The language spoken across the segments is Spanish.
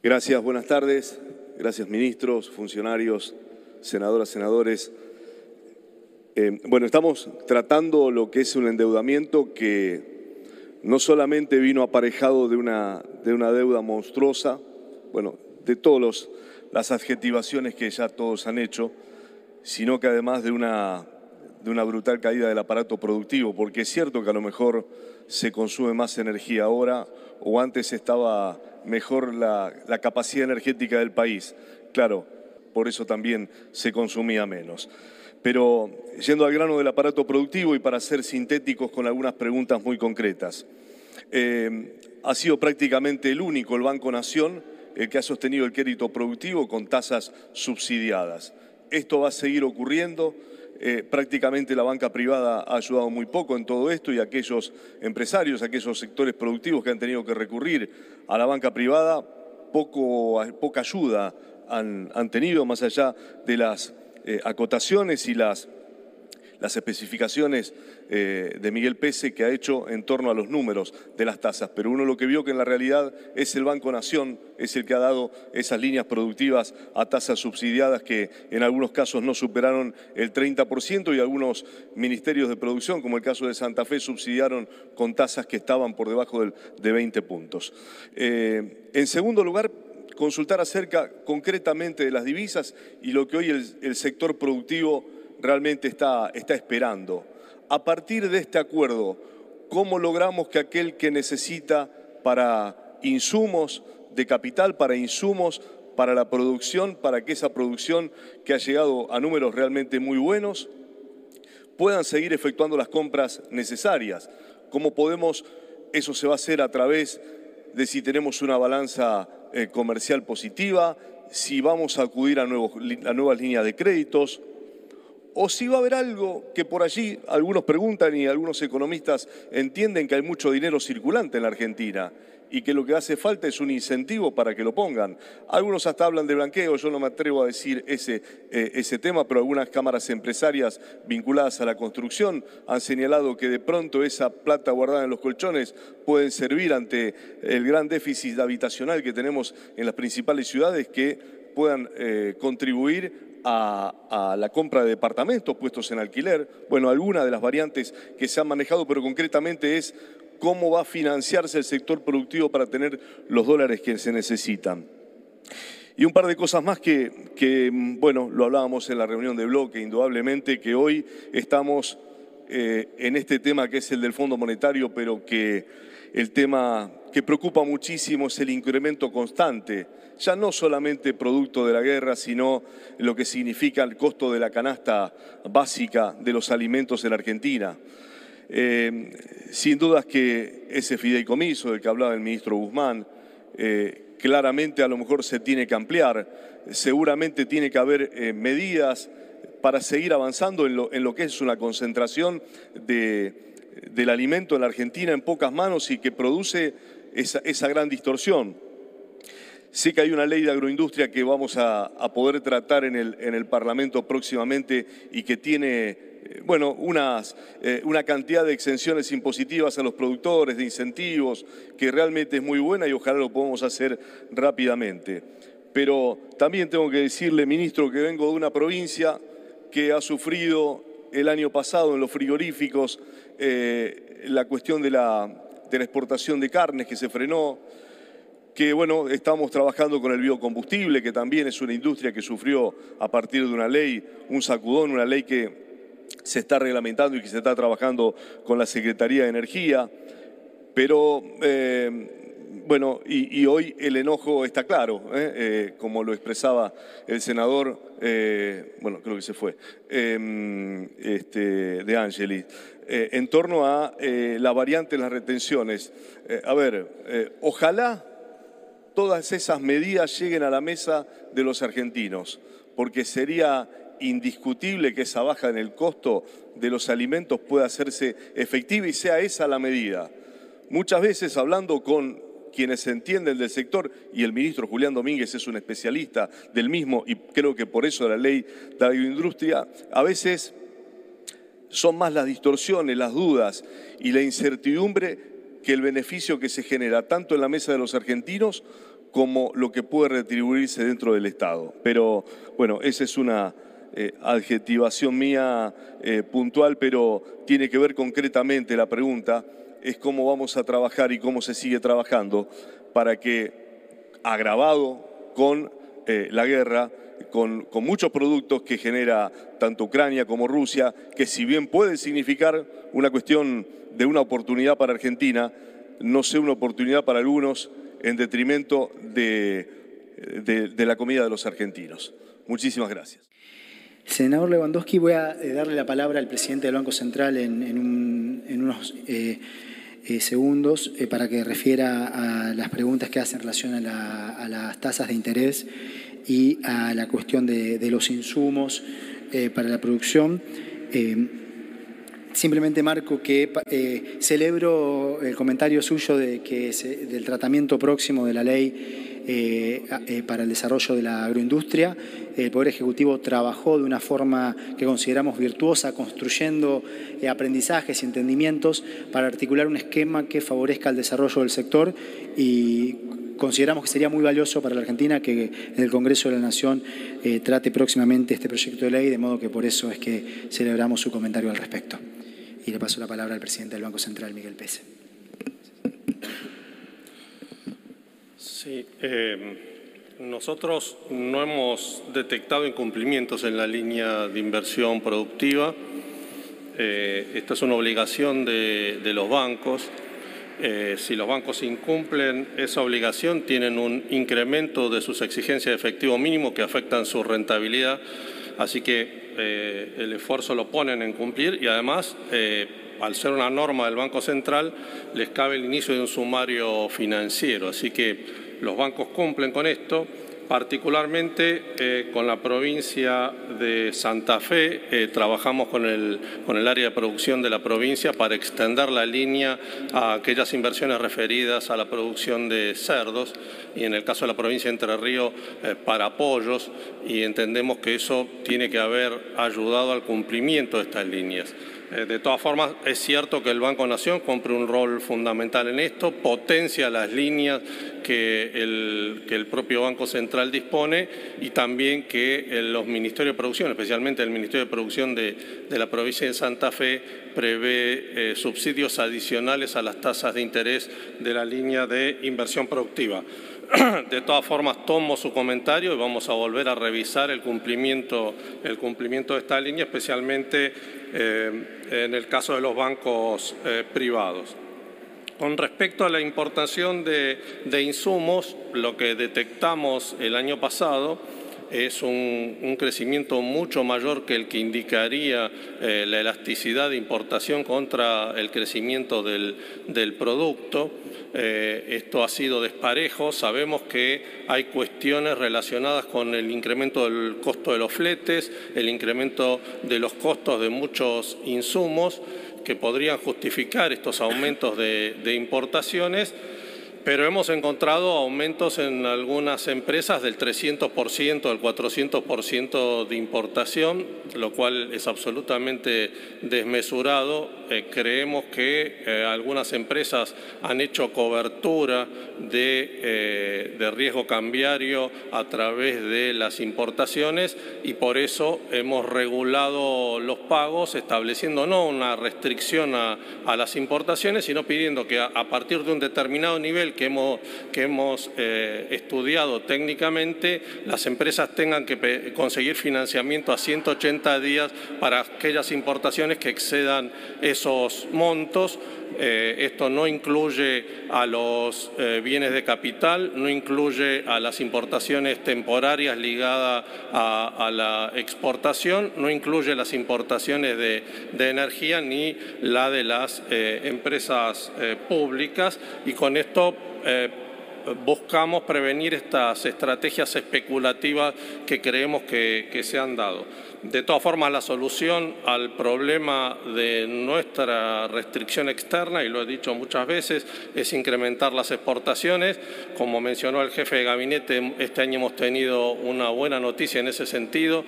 Gracias, buenas tardes. Gracias, ministros, funcionarios, senadoras, senadores. Estamos tratando lo que es un endeudamiento que no solamente vino aparejado de una deuda monstruosa, de todas las adjetivaciones que ya todos han hecho, sino que además de una brutal caída del aparato productivo, porque es cierto que a lo mejor se consume más energía ahora o antes estaba mejor la capacidad energética del país. Claro, por eso también se consumía menos. Pero yendo al grano del aparato productivo y para ser sintéticos con algunas preguntas muy concretas, ha sido prácticamente el único, el Banco Nación, el que ha sostenido el crédito productivo con tasas subsidiadas. Esto va a seguir ocurriendo. Prácticamente la banca privada ha ayudado muy poco en todo esto y aquellos empresarios, aquellos sectores productivos que han tenido que recurrir a la banca privada, poca ayuda han tenido, más allá de las acotaciones y las especificaciones de Miguel Pese que ha hecho en torno a los números de las tasas. Pero uno lo que vio que en la realidad es el Banco Nación, es el que ha dado esas líneas productivas a tasas subsidiadas que en algunos casos no superaron el 30% y algunos ministerios de producción, como el caso de Santa Fe, subsidiaron con tasas que estaban por debajo de 20 puntos. En segundo lugar, consultar acerca concretamente de las divisas y lo que hoy el sector productivo realmente está esperando. A partir de este acuerdo, ¿cómo logramos que aquel que necesita para insumos de capital, para insumos para la producción, para que esa producción que ha llegado a números realmente muy buenos, puedan seguir efectuando las compras necesarias? ¿Cómo podemos? Eso se va a hacer a través de si tenemos una balanza comercial positiva, si vamos a acudir a nuevas líneas de créditos, o si va a haber algo que por allí algunos preguntan y algunos economistas entienden que hay mucho dinero circulante en la Argentina y que lo que hace falta es un incentivo para que lo pongan. Algunos hasta hablan de blanqueo, yo no me atrevo a decir ese tema, pero algunas cámaras empresarias vinculadas a la construcción han señalado que de pronto esa plata guardada en los colchones pueden servir ante el gran déficit habitacional que tenemos en las principales ciudades, que puedan contribuir a la compra de departamentos puestos en alquiler. Alguna de las variantes que se han manejado, pero concretamente es cómo va a financiarse el sector productivo para tener los dólares que se necesitan. Y un par de cosas más que lo hablábamos en la reunión de bloque, indudablemente que hoy estamos en este tema que es el del Fondo Monetario, pero que el tema que preocupa muchísimo es el incremento constante, ya no solamente producto de la guerra, sino lo que significa el costo de la canasta básica de los alimentos en la Argentina. Sin dudas que ese fideicomiso del que hablaba el ministro Guzmán, claramente a lo mejor se tiene que ampliar, seguramente tiene que haber medidas para seguir avanzando en lo que es una concentración del alimento en la Argentina en pocas manos y que produce esa gran distorsión. Sé que hay una ley de agroindustria que vamos a poder tratar en el Parlamento próximamente y que tiene una cantidad de exenciones impositivas a los productores, de incentivos, que realmente es muy buena y ojalá lo podamos hacer rápidamente. Pero también tengo que decirle, ministro, que vengo de una provincia que ha sufrido el año pasado en los frigoríficos la cuestión de la exportación de carnes que se frenó, que estamos trabajando con el biocombustible, que también es una industria que sufrió a partir de una ley, un sacudón, una ley que se está reglamentando y que se está trabajando con la Secretaría de Energía. Pero y hoy el enojo está claro, como lo expresaba el senador, creo que se fue, De Angelis, en torno a la variante en las retenciones. Ojalá todas esas medidas lleguen a la mesa de los argentinos, porque sería indiscutible que esa baja en el costo de los alimentos pueda hacerse efectiva y sea esa la medida. Muchas veces hablando con quienes entienden del sector, y el ministro Julián Domínguez es un especialista del mismo y creo que por eso la ley de agroindustria, a veces son más las distorsiones, las dudas y la incertidumbre que el beneficio que se genera tanto en la mesa de los argentinos como lo que puede retribuirse dentro del Estado. Pero bueno, esa es una adjetivación mía puntual, pero tiene que ver concretamente la pregunta, es cómo vamos a trabajar y cómo se sigue trabajando para que, agravado con la guerra, con muchos productos que genera tanto Ucrania como Rusia, que si bien puede significar una cuestión de una oportunidad para Argentina, no sea una oportunidad para algunos en detrimento de la comida de los argentinos. Muchísimas gracias. Senador Lewandowski, voy a darle la palabra al presidente del Banco Central en unos segundos para que refiera a las preguntas que hace en relación a las tasas de interés y a la cuestión de los insumos para la producción. Simplemente marco que celebro el comentario suyo de que del tratamiento próximo de la ley para el desarrollo de la agroindustria. El Poder Ejecutivo trabajó de una forma que consideramos virtuosa, construyendo aprendizajes y entendimientos para articular un esquema que favorezca el desarrollo del sector, y consideramos que sería muy valioso para la Argentina que el Congreso de la Nación trate próximamente este proyecto de ley, de modo que por eso es que celebramos su comentario al respecto. Y le paso la palabra al presidente del Banco Central, Miguel Pese. Sí, nosotros no hemos detectado incumplimientos en la línea de inversión productiva. Esta es una obligación de los bancos. Si los bancos incumplen esa obligación, tienen un incremento de sus exigencias de efectivo mínimo que afectan su rentabilidad. Así que el esfuerzo lo ponen en cumplir y además, al ser una norma del Banco Central, les cabe el inicio de un sumario financiero. Así que los bancos cumplen con esto, particularmente con la provincia de Santa Fe. Trabajamos con el área de producción de la provincia para extender la línea a aquellas inversiones referidas a la producción de cerdos y en el caso de la provincia de Entre Ríos para pollos, y entendemos que eso tiene que haber ayudado al cumplimiento de estas líneas. De todas formas, es cierto que el Banco Nación cumple un rol fundamental en esto, potencia las líneas que el propio Banco Central dispone y también que los Ministerios de Producción, especialmente el Ministerio de Producción de la provincia de Santa Fe, prevé subsidios adicionales a las tasas de interés de la línea de inversión productiva. De todas formas, tomo su comentario y vamos a volver a revisar el cumplimiento de esta línea, especialmente en el caso de los bancos privados. Con respecto a la importación de insumos, lo que detectamos el año pasado es un crecimiento mucho mayor que el que indicaría la elasticidad de importación contra el crecimiento del producto. Esto ha sido desparejo. Sabemos que hay cuestiones relacionadas con el incremento del costo de los fletes, el incremento de los costos de muchos insumos que podrían justificar estos aumentos de importaciones, pero hemos encontrado aumentos en algunas empresas del 300%, del 400% de importación, lo cual es absolutamente desmesurado. Creemos que algunas empresas han hecho cobertura de riesgo cambiario a través de las importaciones y por eso hemos regulado los pagos, estableciendo no una restricción a las importaciones, sino pidiendo que a partir de un determinado nivel que hemos estudiado técnicamente, las empresas tengan que conseguir financiamiento a 180 días para aquellas importaciones que excedan esos montos. Esto no incluye a los bienes de capital, no incluye a las importaciones temporarias ligadas a la exportación, no incluye las importaciones de energía ni la de las empresas públicas, y con esto buscamos prevenir estas estrategias especulativas que creemos que se han dado. De todas formas, la solución al problema de nuestra restricción externa, y lo he dicho muchas veces, es incrementar las exportaciones. Como mencionó el jefe de gabinete, este año hemos tenido una buena noticia en ese sentido,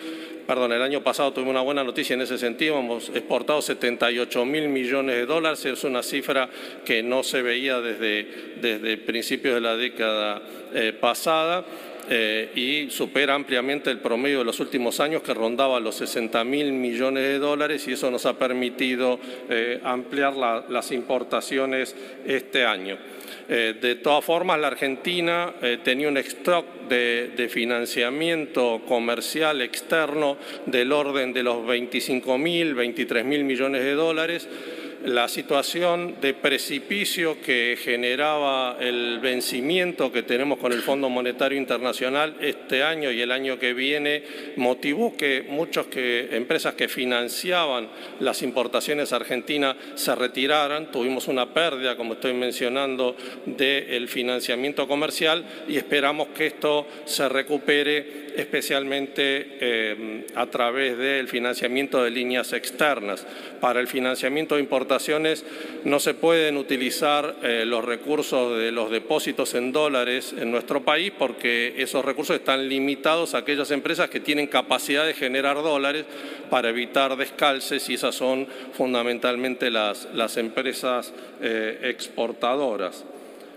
el año pasado tuvimos una buena noticia en ese sentido, hemos exportado 78.000 millones de dólares, es una cifra que no se veía desde principios de la década pasada. Y supera ampliamente el promedio de los últimos años, que rondaba los 60.000 millones de dólares, y eso nos ha permitido ampliar las importaciones este año. De todas formas, la Argentina tenía un stock de financiamiento comercial externo del orden de los 25.000, 23.000 millones de dólares. La situación de precipicio que generaba el vencimiento que tenemos con el Fondo Monetario Internacional este año y el año que viene motivó que muchas empresas que financiaban las importaciones argentinas se retiraran. Tuvimos una pérdida, como estoy mencionando, del financiamiento comercial, y esperamos que esto se recupere especialmente a través del financiamiento de líneas externas. Para el financiamiento de importaciones no se pueden utilizar los recursos de los depósitos en dólares en nuestro país, porque esos recursos están limitados a aquellas empresas que tienen capacidad de generar dólares para evitar descalces, y esas son fundamentalmente las empresas exportadoras.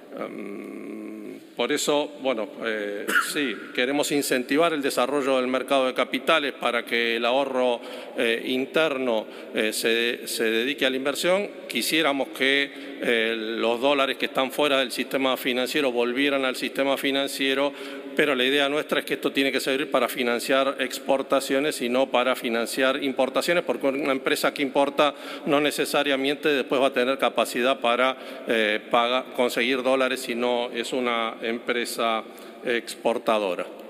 Por eso, sí, queremos incentivar el desarrollo del mercado de capitales para que el ahorro interno se dedique a la inversión. Quisiéramos que los dólares que están fuera del sistema financiero volvieran al sistema financiero, pero la idea nuestra es que esto tiene que servir para financiar exportaciones y no para financiar importaciones, porque una empresa que importa no necesariamente después va a tener capacidad para conseguir dólares si no es una empresa exportadora.